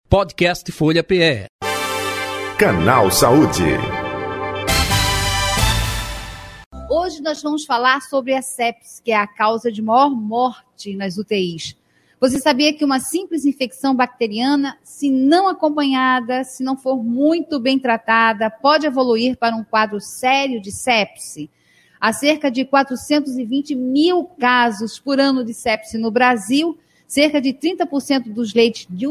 Podcast Folha PE. Canal Saúde. Hoje nós vamos falar sobre a sepse, que é a causa de maior morte nas UTIs. Você sabia que uma simples infecção bacteriana, se não acompanhada, se não for muito bem tratada, pode evoluir para um quadro sério de sepse? Há cerca de 420 mil casos por ano de sepse no Brasil. Cerca de 30% dos leitos de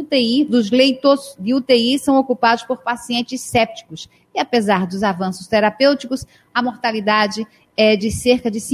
UTI são ocupados por pacientes sépticos. E apesar dos avanços terapêuticos, a mortalidade é de cerca de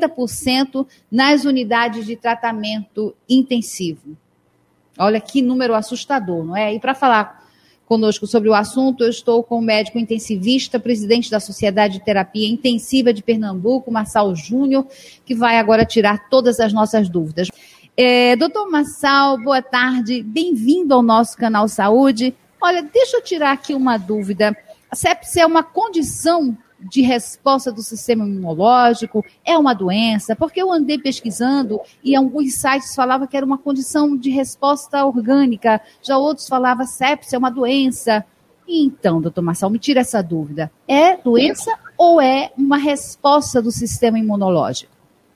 50% nas unidades de tratamento intensivo. Olha que número assustador, não é? E para falar conosco sobre o assunto, eu estou com o médico intensivista, presidente da Sociedade de Terapia Intensiva de Pernambuco, Marçal Júnior, que vai agora tirar todas as nossas dúvidas. Doutor Marçal, boa tarde, bem-vindo ao nosso Canal Saúde. Olha, deixa eu tirar aqui uma dúvida. A sepse é uma condição de resposta do sistema imunológico? É uma doença? Porque eu andei pesquisando e alguns sites falavam que era uma condição de resposta orgânica, já outros falavam que sepse é uma doença. Então, doutor Marçal, me tira essa dúvida. É doença ou é uma resposta do sistema imunológico?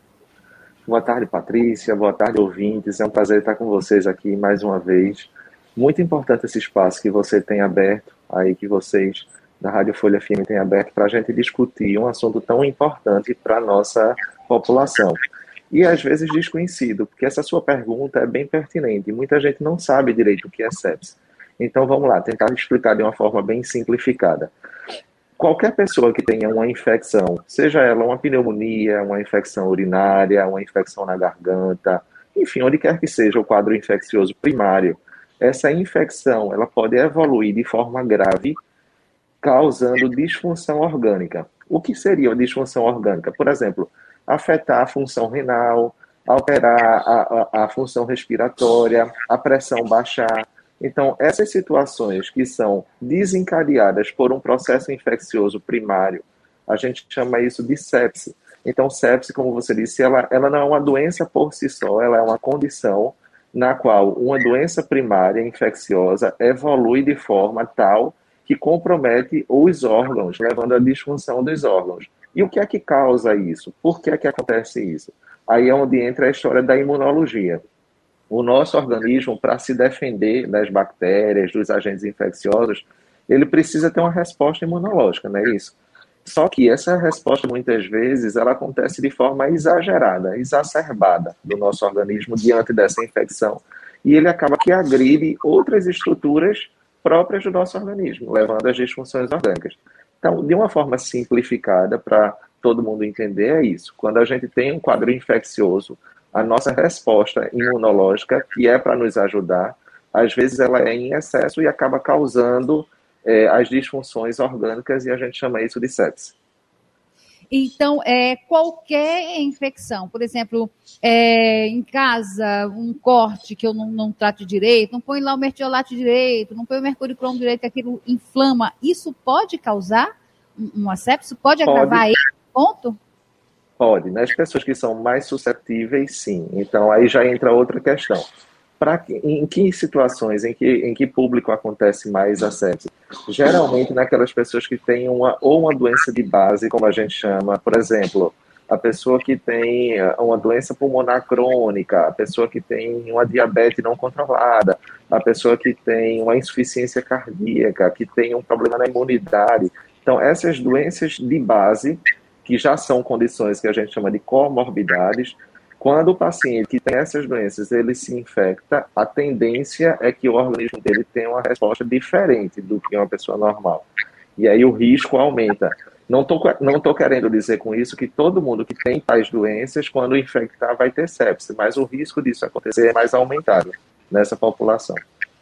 Boa tarde, Patrícia. Boa tarde, ouvintes. É um prazer estar com vocês aqui mais uma vez. Muito importante esse espaço que você tem aberto, aí que vocês da Rádio Folha FM têm aberto para a gente discutir um assunto tão importante para a nossa população. E às vezes desconhecido, porque essa sua pergunta é bem pertinente. Muita gente não sabe direito o que é sepse. Então vamos lá, tentar explicar de uma forma bem simplificada. Qualquer pessoa que tenha uma infecção, seja ela uma pneumonia, uma infecção urinária, uma infecção na garganta, enfim, onde quer que seja o quadro infeccioso primário, essa infecção ela pode evoluir de forma grave, causando disfunção orgânica. O que seria uma disfunção orgânica? Por exemplo, afetar a função renal, alterar a função respiratória, a pressão baixar. Então, essas situações que são desencadeadas por um processo infeccioso primário, a gente chama isso de sepse. Então, sepse, como você disse, ela não é uma doença por si só, ela é uma condição na qual uma doença primária infecciosa evolui de forma tal que compromete os órgãos, levando à disfunção dos órgãos. E o que é que causa isso? Por que é que acontece isso? Aí é onde entra a história da imunologia. O nosso organismo, para se defender das bactérias, dos agentes infecciosos, ele precisa ter uma resposta imunológica, não é isso? Só que essa resposta, muitas vezes, ela acontece de forma exagerada, exacerbada do nosso organismo diante dessa infecção. E ele acaba que agride outras estruturas próprias do nosso organismo, levando às disfunções orgânicas. Então, de uma forma simplificada, para todo mundo entender, é isso. Quando a gente tem um quadro infeccioso, a nossa resposta imunológica, que é para nos ajudar, às vezes ela é em excesso e acaba causando as disfunções orgânicas e a gente chama isso de sepse. Então, qualquer infecção, por exemplo, em casa, um corte que eu não trato direito, não põe lá o mertiolate direito, não põe o mercúrio cromo direito, que aquilo inflama, isso pode causar uma sepse? Pode agravar esse ponto? Pode. Nas pessoas que são mais suscetíveis, sim. Então, aí já entra outra questão. Em que situações, em que público acontece mais a sepse? Geralmente naquelas pessoas que têm uma doença de base, como a gente chama, por exemplo, a pessoa que tem uma doença pulmonar crônica, a pessoa que tem uma diabetes não controlada, a pessoa que tem uma insuficiência cardíaca, que tem um problema na imunidade. Então, essas doenças de base, que já são condições que a gente chama de comorbidades, quando o paciente que tem essas doenças, ele se infecta, a tendência é que o organismo dele tenha uma resposta diferente do que uma pessoa normal. E aí o risco aumenta. Não tô querendo dizer com isso que todo mundo que tem tais doenças, quando infectar, vai ter sepse, mas o risco disso acontecer é mais aumentado nessa população.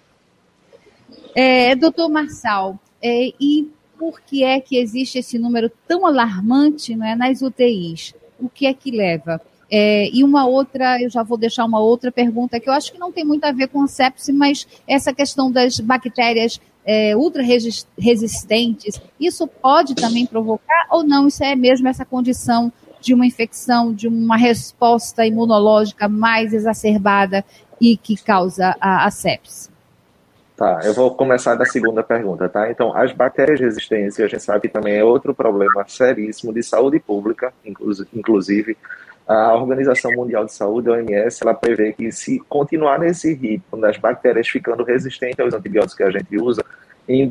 Doutor Marçal, e por que é que existe esse número tão alarmante, não é, nas UTIs? O que é que leva? E uma outra, eu já vou deixar uma outra pergunta que eu acho que não tem muito a ver com a sepse, mas essa questão das bactérias ultra resistentes, isso pode também provocar ou não? Isso é mesmo essa condição de uma infecção, de uma resposta imunológica mais exacerbada e que causa a sepse? Tá, eu vou começar da segunda pergunta, tá? Então, as bactérias resistentes, a gente sabe que também é outro problema seríssimo de saúde pública, inclusive a Organização Mundial de Saúde, a OMS, ela prevê que se continuar nesse ritmo das bactérias ficando resistentes aos antibióticos que a gente usa, em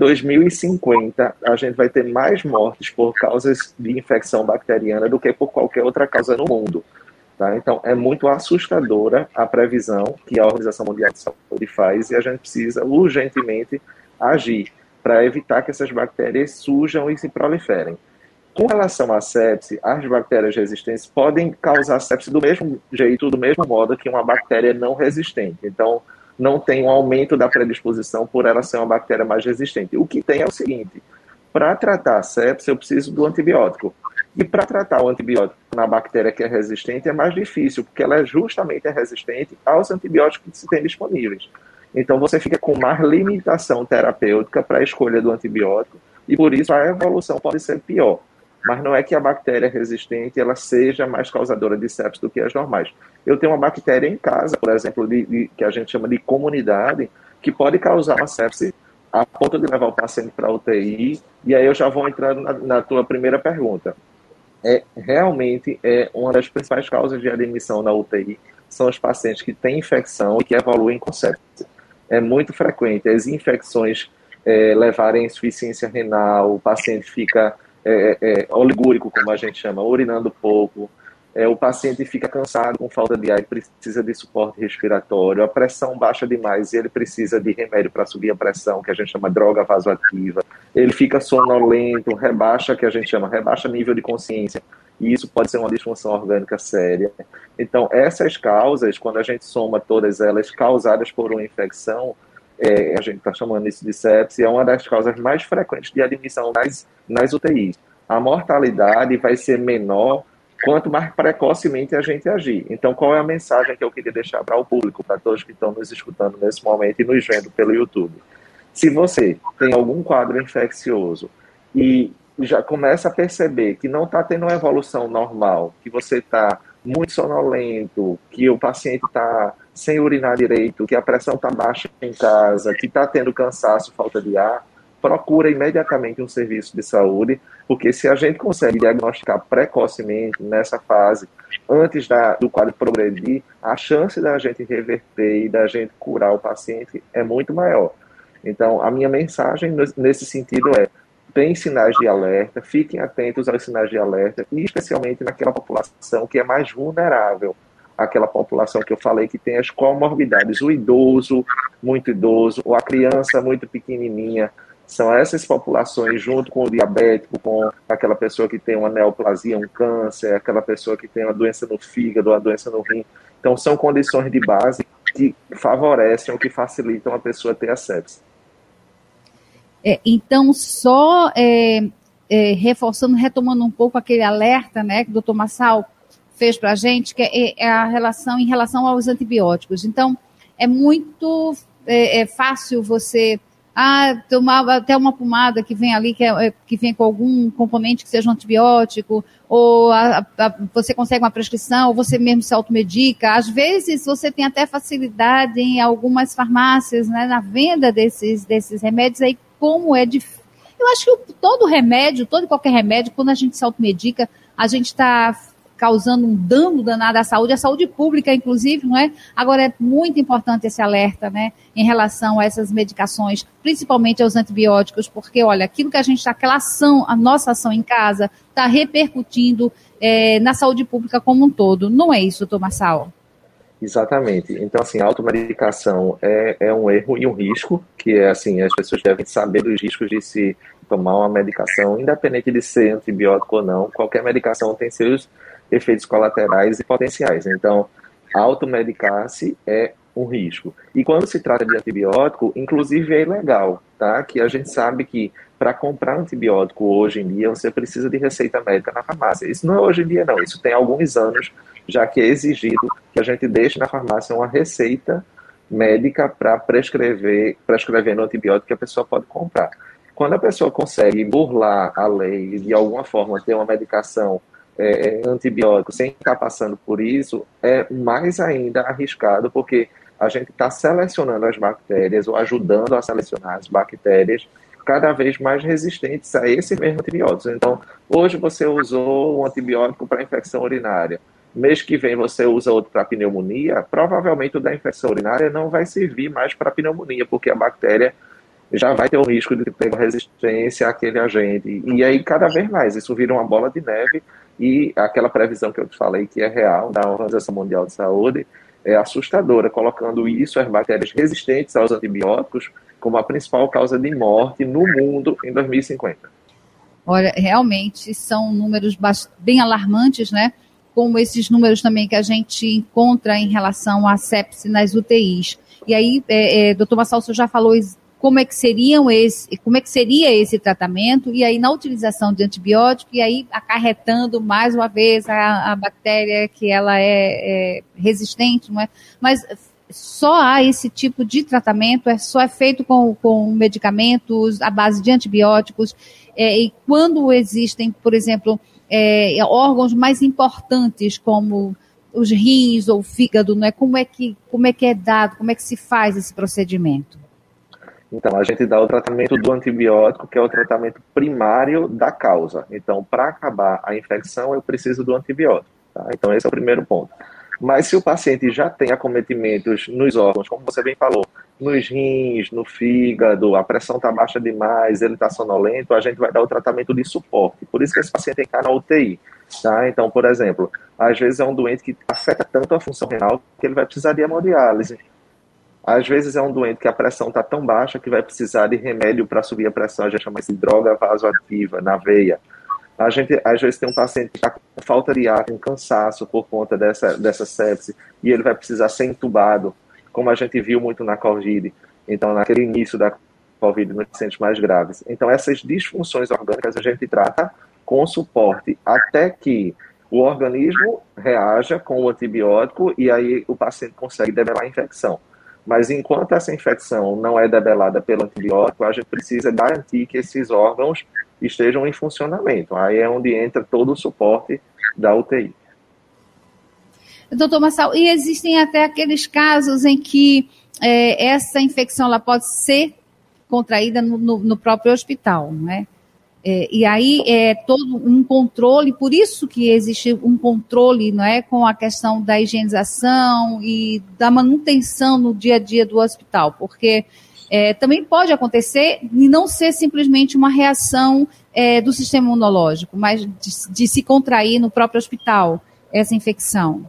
2050 a gente vai ter mais mortes por causas de infecção bacteriana do que por qualquer outra causa no mundo. Tá? Então, é muito assustadora a previsão que a Organização Mundial de Saúde faz e a gente precisa urgentemente agir para evitar que essas bactérias surjam e se proliferem. Com relação à sepse, as bactérias resistentes podem causar sepse do mesmo jeito, do mesmo modo que uma bactéria não resistente. Então, não tem um aumento da predisposição por ela ser uma bactéria mais resistente. O que tem é o seguinte: para tratar a sepse, eu preciso do antibiótico. E para tratar o antibiótico na bactéria que é resistente é mais difícil, porque ela é justamente resistente aos antibióticos que se tem disponíveis. Então você fica com mais limitação terapêutica para a escolha do antibiótico e por isso a evolução pode ser pior. Mas não é que a bactéria resistente ela seja mais causadora de sepsis do que as normais. Eu tenho uma bactéria em casa, por exemplo, que a gente chama de comunidade, que pode causar uma sepsis a ponto de levar o paciente para a UTI. E aí eu já vou entrando na tua primeira pergunta. Realmente uma das principais causas de admissão na UTI são os pacientes que têm infecção e que evoluem com sepsis. É muito frequente as infecções levarem a insuficiência renal, o paciente fica oligúrico, como a gente chama, urinando pouco, o paciente fica cansado, com falta de ar, precisa de suporte respiratório, a pressão baixa demais e ele precisa de remédio para subir a pressão, que a gente chama droga vasoativa, ele fica sonolento, que a gente chama rebaixa nível de consciência, e isso pode ser uma disfunção orgânica séria. Então, essas causas, quando a gente soma todas elas causadas por uma infecção, a gente está chamando isso de sepse, é uma das causas mais frequentes de admissão nas UTIs. A mortalidade vai ser menor quanto mais precocemente a gente agir. Então, qual é a mensagem que eu queria deixar para o público, para todos que estão nos escutando nesse momento e nos vendo pelo YouTube? Se você tem algum quadro infeccioso e já começa a perceber que não está tendo uma evolução normal, que você está muito sonolento, que o paciente está sem urinar direito, que a pressão está baixa em casa, que está tendo cansaço, falta de ar, procura imediatamente um serviço de saúde, porque se a gente consegue diagnosticar precocemente nessa fase, antes do quadro progredir, a chance da gente reverter e da gente curar o paciente é muito maior. Então, a minha mensagem nesse sentido tem sinais de alerta, fiquem atentos aos sinais de alerta, e especialmente naquela população que é mais vulnerável, aquela população que eu falei que tem as comorbidades, o idoso, muito idoso, ou a criança muito pequenininha. São essas populações, junto com o diabético, com aquela pessoa que tem uma neoplasia, um câncer, aquela pessoa que tem uma doença no fígado, uma doença no rim. Então, são condições de base que favorecem ou que facilitam a pessoa ter a sepse. Então, só reforçando, retomando um pouco aquele alerta, né, que o doutor Marçal fez para a gente, que é a relação em relação aos antibióticos. Então, é muito fácil você tomar até uma pomada que vem ali, que vem com algum componente que seja um antibiótico, ou você consegue uma prescrição, ou você mesmo se automedica. Às vezes, você tem até facilidade em algumas farmácias, né, na venda desses remédios, aí como é difícil. Eu acho que todo e qualquer remédio, quando a gente se automedica, a gente está causando um dano danado à saúde pública, inclusive, não é? Agora, é muito importante esse alerta, né, em relação a essas medicações, principalmente aos antibióticos, porque, olha, aquilo que a gente está, a nossa ação em casa, está repercutindo na saúde pública como um todo. Não é isso, doutor Marçal? Exatamente. Então, assim, a automedicação é um erro e um risco, que assim, as pessoas devem saber dos riscos de se tomar uma medicação, independente de ser antibiótico ou não. Qualquer medicação tem seus efeitos colaterais e potenciais. Então, automedicar-se é um risco. E quando se trata de antibiótico, inclusive é ilegal, tá? Que a gente sabe que para comprar antibiótico hoje em dia, você precisa de receita médica na farmácia. Isso não é hoje em dia, não. Isso tem alguns anos, já que é exigido que a gente deixe na farmácia uma receita médica para prescrever no antibiótico que a pessoa pode comprar. Quando a pessoa consegue burlar a lei e de alguma forma ter uma medicação antibiótico sem estar passando por isso, é mais ainda arriscado, porque a gente está selecionando as bactérias ou ajudando a selecionar as bactérias cada vez mais resistentes a esse mesmo antibiótico. Então, hoje você usou um antibiótico para infecção urinária. Mês que vem você usa outro para pneumonia, provavelmente o da infecção urinária não vai servir mais para pneumonia, porque a bactéria já vai ter o risco de ter resistência àquele agente. E aí, cada vez mais, isso vira uma bola de neve e aquela previsão que eu te falei, que é real, da Organização Mundial de Saúde, é assustadora, colocando isso, as bactérias resistentes aos antibióticos, como a principal causa de morte no mundo em 2050. Olha, realmente são números bem alarmantes, né? Como esses números também que a gente encontra em relação à sepse nas UTIs. E aí, doutor Massal, você já falou como é que seria esse tratamento, e aí na utilização de antibiótico, e aí acarretando mais uma vez a bactéria que ela é resistente, não é? Mas só há esse tipo de tratamento, só é feito com medicamentos à base de antibióticos, e quando existem, por exemplo, órgãos mais importantes como os rins ou o fígado, não é? Como é que é dado, como é que se faz esse procedimento? Então, a gente dá o tratamento do antibiótico, que é o tratamento primário da causa. Então, para acabar a infecção, eu preciso do antibiótico. Tá? Então, esse é o primeiro ponto. Mas se o paciente já tem acometimentos nos órgãos, como você bem falou, nos rins, no fígado, a pressão está baixa demais, ele está sonolento, a gente vai dar o tratamento de suporte. Por isso que esse paciente tem que estar na UTI. Tá? Então, por exemplo, às vezes é um doente que afeta tanto a função renal que ele vai precisar de hemodiálise. Às vezes é um doente que a pressão está tão baixa que vai precisar de remédio para subir a pressão, a gente chama isso de droga vasoativa na veia. A gente, às vezes, tem um paciente que está com falta de ar, com cansaço por conta dessa sepse, e ele vai precisar ser entubado, como a gente viu muito na Covid, então, naquele início da Covid, nos pacientes mais graves. Então, essas disfunções orgânicas a gente trata com suporte, até que o organismo reaja com o antibiótico, e aí o paciente consegue debelar a infecção. Mas enquanto essa infecção não é debelada pelo antibiótico, a gente precisa garantir que esses órgãos estejam em funcionamento. Aí é onde entra todo o suporte da UTI. Doutor Massal, e existem até aqueles casos em que essa infecção ela pode ser contraída no próprio hospital, não é? E aí é todo um controle, por isso que existe um controle, não é, com a questão da higienização e da manutenção no dia a dia do hospital, porque também pode acontecer e não ser simplesmente uma reação do sistema imunológico, mas de se contrair no próprio hospital essa infecção.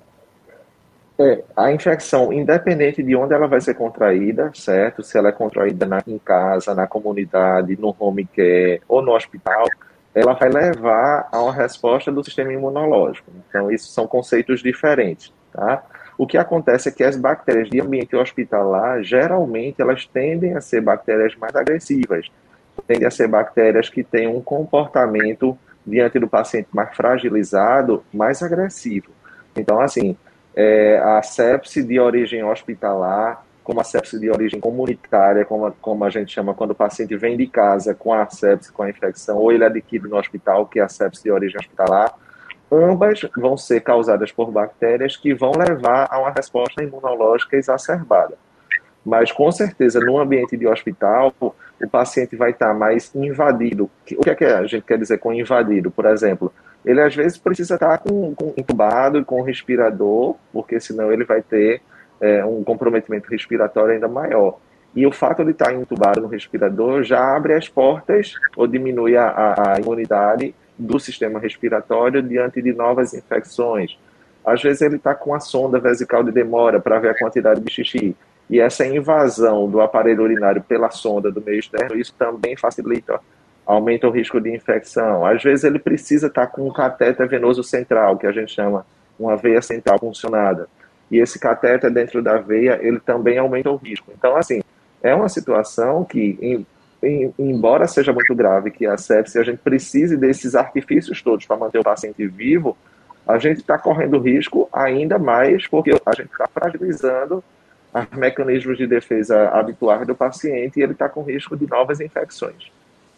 A infecção, independente de onde ela vai ser contraída, certo? Se ela é contraída em casa, na comunidade, no home care ou no hospital, ela vai levar a uma resposta do sistema imunológico. Então, isso são conceitos diferentes, tá? O que acontece é que as bactérias de ambiente hospitalar, geralmente, elas tendem a ser bactérias mais agressivas, tendem a ser bactérias que têm um comportamento, diante do paciente mais fragilizado, mais agressivo. Então, assim, a sepse de origem hospitalar, como a sepse de origem comunitária, como a gente chama quando o paciente vem de casa com a sepse, com a infecção, ou ele adquire no hospital, que é a sepse de origem hospitalar, ambas vão ser causadas por bactérias que vão levar a uma resposta imunológica exacerbada. Mas, com certeza, no ambiente de hospital, o paciente vai estar mais invadido. O que é que a gente quer dizer com invadido? Por exemplo, ele às vezes precisa estar com entubado e com respirador, porque senão ele vai ter um comprometimento respiratório ainda maior. E o fato de estar entubado no respirador já abre as portas ou diminui a imunidade do sistema respiratório diante de novas infecções. Às vezes ele está com a sonda vesical de demora para ver a quantidade de xixi. E essa invasão do aparelho urinário pela sonda do meio externo, isso também facilita, aumenta o risco de infecção. Às vezes ele precisa estar com um catéter venoso central, que a gente chama uma veia central funcionada. E esse catéter dentro da veia, ele também aumenta o risco. Então, assim, é uma situação que, embora seja muito grave, que a sepse, a gente precise desses artifícios todos para manter o paciente vivo, a gente está correndo risco ainda mais, porque a gente está fragilizando os mecanismos de defesa habituais do paciente e ele está com risco de novas infecções.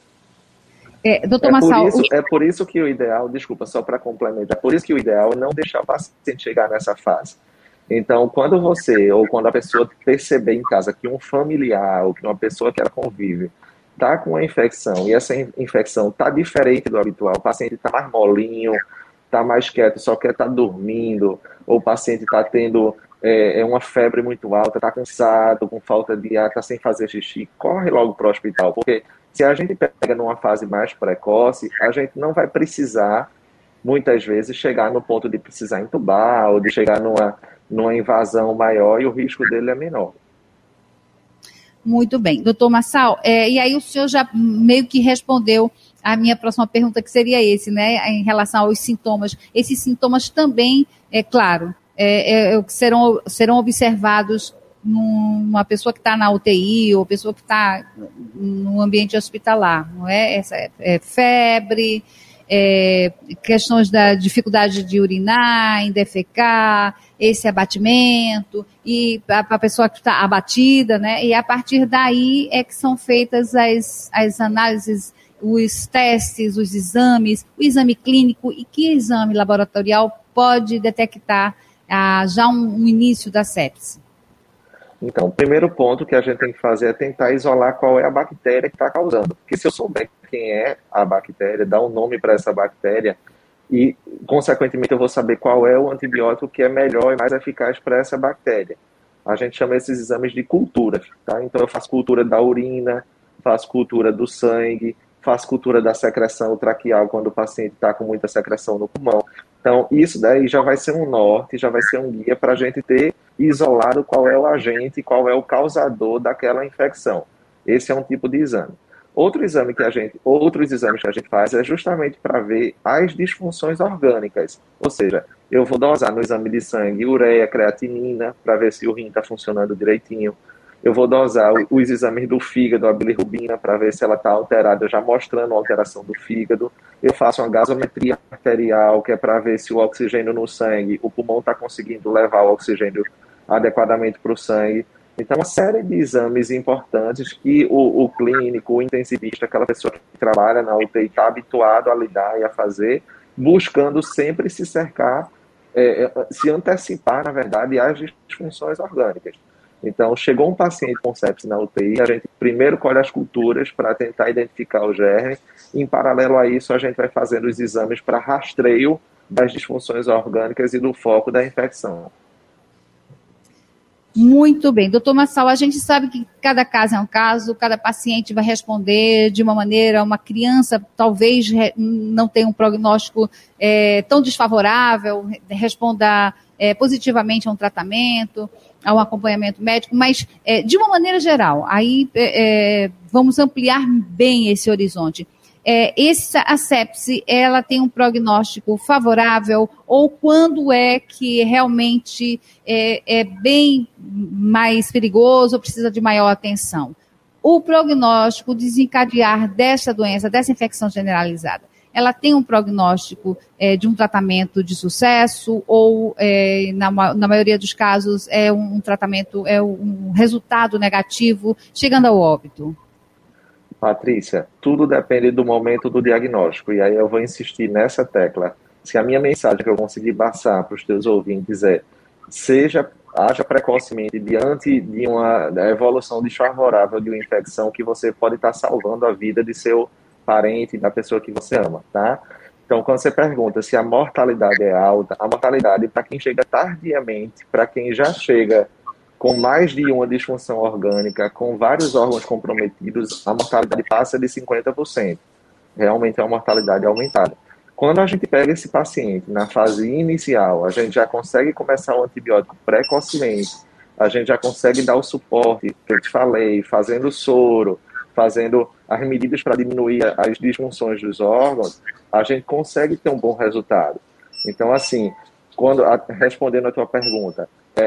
Doutor Massal, é por isso que o ideal, desculpa, só para complementar, por isso que o ideal é não deixar o paciente chegar nessa fase. Então, quando você, ou quando a pessoa perceber em casa que um familiar, ou que uma pessoa que ela convive, está com uma infecção, e essa infecção está diferente do habitual, o paciente está mais molinho, está mais quieto, só quer estar dormindo, ou o paciente está tendo uma febre muito alta, está cansado, com falta de ar, está sem fazer xixi, corre logo para o hospital, porque se a gente pega numa fase mais precoce, a gente não vai precisar, muitas vezes, chegar no ponto de precisar entubar, ou de chegar numa invasão maior, e o risco dele é menor. Muito bem. Doutor Marçal, e aí o senhor já meio que respondeu a minha próxima pergunta, que seria esse, né, em relação aos sintomas. Esses sintomas também, é claro, serão observados numa pessoa que está na UTI ou pessoa que está no ambiente hospitalar, não é? Febre, questões da dificuldade de urinar, em defecar, esse abatimento, e a pessoa que está abatida, né? E a partir daí é que são feitas as análises, os testes, os exames, o exame clínico, e que exame laboratorial pode detectar já um início da sepse? Então, o primeiro ponto que a gente tem que fazer é tentar isolar qual é a bactéria que está causando. Porque se eu souber quem é a bactéria, dar um nome para essa bactéria, e, consequentemente, eu vou saber qual é o antibiótico que é melhor e mais eficaz para essa bactéria. A gente chama esses exames de cultura, tá? Então, eu faço cultura da urina, faço cultura do sangue, faço cultura da secreção traqueal quando o paciente está com muita secreção no pulmão. Então, isso daí já vai ser um norte, já vai ser um guia para a gente ter isolado qual é o agente, qual é o causador daquela infecção. Esse é um tipo de exame. Outros exames que a gente faz é justamente para ver as disfunções orgânicas. Ou seja, eu vou dosar no exame de sangue ureia, creatinina, para ver se o rim está funcionando direitinho. Eu vou dosar os exames do fígado, a bilirrubina, para ver se ela está alterada, já mostrando a alteração do fígado. Eu faço uma gasometria arterial, que é para ver se o oxigênio no sangue, o pulmão está conseguindo levar o oxigênio adequadamente para o sangue. Então, uma série de exames importantes que o clínico, o intensivista, aquela pessoa que trabalha na UTI está habituado a lidar e a fazer, buscando sempre se cercar, se antecipar, na verdade, às disfunções orgânicas. Então, chegou um paciente com sepse na UTI, a gente primeiro colhe as culturas para tentar identificar o germe, e, em paralelo a isso, a gente vai fazendo os exames para rastreio das disfunções orgânicas e do foco da infecção. Muito bem. Doutor Marçal, a gente sabe que cada caso é um caso, cada paciente vai responder de uma maneira, uma criança talvez não tenha um prognóstico tão desfavorável, responda positivamente a um tratamento, a um acompanhamento médico, mas de uma maneira geral, aí vamos ampliar bem esse horizonte. A sepse, ela tem um prognóstico favorável, ou quando é que realmente é bem mais perigoso ou precisa de maior atenção? O prognóstico desencadear dessa doença, dessa infecção generalizada, ela tem um prognóstico de um tratamento de sucesso, ou na maioria dos casos é um tratamento, um resultado negativo, chegando ao óbito? Patrícia, tudo depende do momento do diagnóstico, e aí eu vou insistir nessa tecla. Se a minha mensagem que eu conseguir passar para os teus ouvintes haja precocemente diante de uma evolução desfavorável de uma infecção, que você pode estar salvando a vida de seu parente, da pessoa que você ama, tá? Então, quando você pergunta se a mortalidade é alta, a mortalidade para quem chega tardiamente, para quem já chega com mais de uma disfunção orgânica, com vários órgãos comprometidos, a mortalidade passa de 50%. Realmente é uma mortalidade aumentada. Quando a gente pega esse paciente na fase inicial, a gente já consegue começar o antibiótico precocemente, a gente já consegue dar o suporte que eu te falei, fazendo soro, fazendo as medidas para diminuir as disfunções dos órgãos, a gente consegue ter um bom resultado. Então, assim, respondendo a tua pergunta,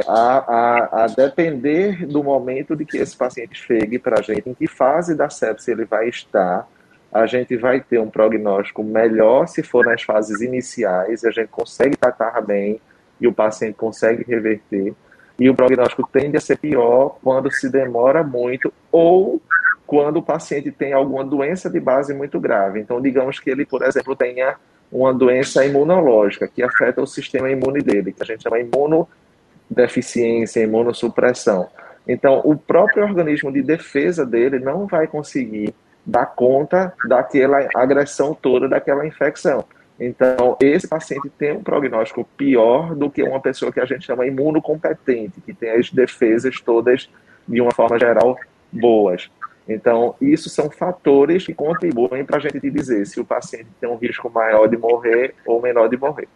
a depender do momento de que esse paciente chegue para a gente, em que fase da sepse ele vai estar, a gente vai ter um prognóstico melhor se for nas fases iniciais, a gente consegue tratar bem e o paciente consegue reverter, e o prognóstico tende a ser pior quando se demora muito ou quando o paciente tem alguma doença de base muito grave. Então, digamos que ele, por exemplo, tenha uma doença imunológica que afeta o sistema imune dele, que a gente chama deficiência, imunossupressão. Então, o próprio organismo de defesa dele não vai conseguir dar conta daquela agressão toda, daquela infecção. Então, esse paciente tem um prognóstico pior do que uma pessoa que a gente chama imunocompetente, que tem as defesas todas, de uma forma geral, boas. Então, isso são fatores que contribuem para a gente dizer se o paciente tem um risco maior de morrer ou menor de morrer.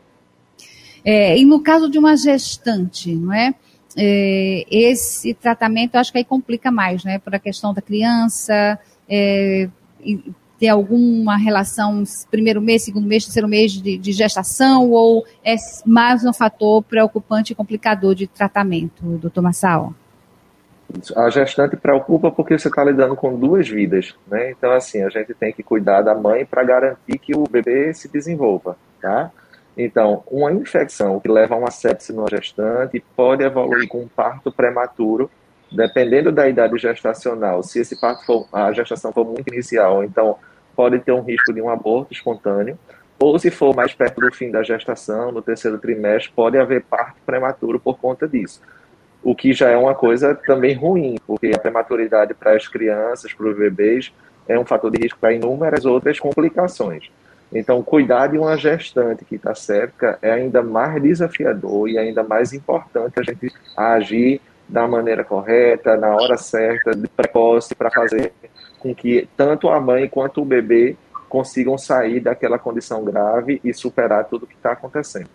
E no caso de uma gestante, não é? Esse tratamento, eu acho que aí complica mais, né? Por a questão da criança, ter alguma relação primeiro mês, segundo mês, terceiro mês de gestação, ou é mais um fator preocupante e complicador de tratamento, doutor Marçal? A gestante preocupa porque você está lidando com duas vidas, né? Então, assim, a gente tem que cuidar da mãe para garantir que o bebê se desenvolva, tá? Então, uma infecção que leva a uma sepse no gestante pode evoluir com um parto prematuro, dependendo da idade gestacional. Se esse parto a gestação for muito inicial, então pode ter um risco de um aborto espontâneo, ou se for mais perto do fim da gestação, no terceiro trimestre, pode haver parto prematuro por conta disso. O que já é uma coisa também ruim, porque a prematuridade para as crianças, para os bebês, é um fator de risco para inúmeras outras complicações. Então, cuidar de uma gestante que está séptica é ainda mais desafiador e ainda mais importante a gente agir da maneira correta, na hora certa, precoce, para fazer com que tanto a mãe quanto o bebê consigam sair daquela condição grave e superar tudo o que está acontecendo.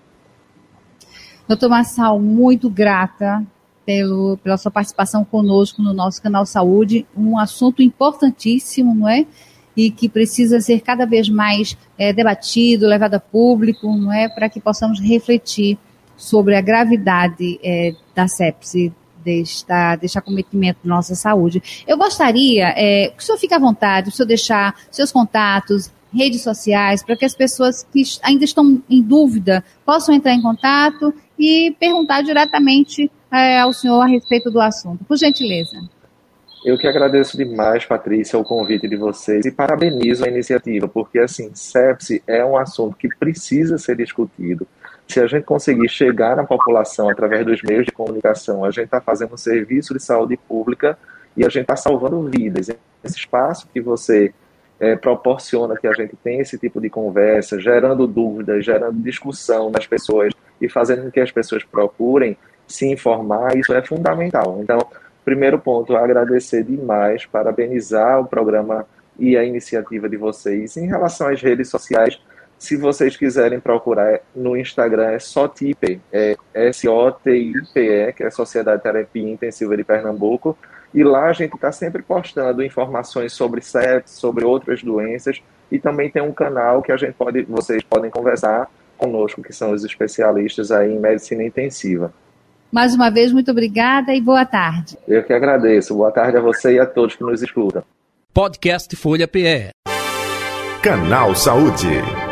Doutor Marçal, muito grata pela sua participação conosco no nosso Canal Saúde, um assunto importantíssimo, não é? E que precisa ser cada vez mais debatido, levado a público, não é? Para que possamos refletir sobre a gravidade da sepse, deste acometimento da nossa saúde. Eu gostaria que o senhor fique à vontade, o senhor deixar seus contatos, redes sociais, para que as pessoas que ainda estão em dúvida possam entrar em contato e perguntar diretamente ao senhor a respeito do assunto. Por gentileza. Eu que agradeço demais, Patrícia, o convite de vocês e parabenizo a iniciativa, porque, assim, sepse é um assunto que precisa ser discutido. Se a gente conseguir chegar na população através dos meios de comunicação, a gente está fazendo um serviço de saúde pública e a gente está salvando vidas. Esse espaço que você proporciona que a gente tenha esse tipo de conversa, gerando dúvidas, gerando discussão nas pessoas e fazendo com que as pessoas procurem se informar, isso é fundamental. Então, primeiro ponto, agradecer demais, parabenizar o programa e a iniciativa de vocês. Em relação às redes sociais, se vocês quiserem procurar no Instagram, é SOTIPE, SOTIPE, que é a Sociedade de Terapia Intensiva de Pernambuco, e lá a gente está sempre postando informações sobre sepse, sobre outras doenças, e também tem um canal que vocês podem conversar conosco, que são os especialistas aí em medicina intensiva. Mais uma vez, muito obrigada e boa tarde. Eu que agradeço. Boa tarde a você e a todos que nos escutam. Podcast Folha PE. Canal Saúde.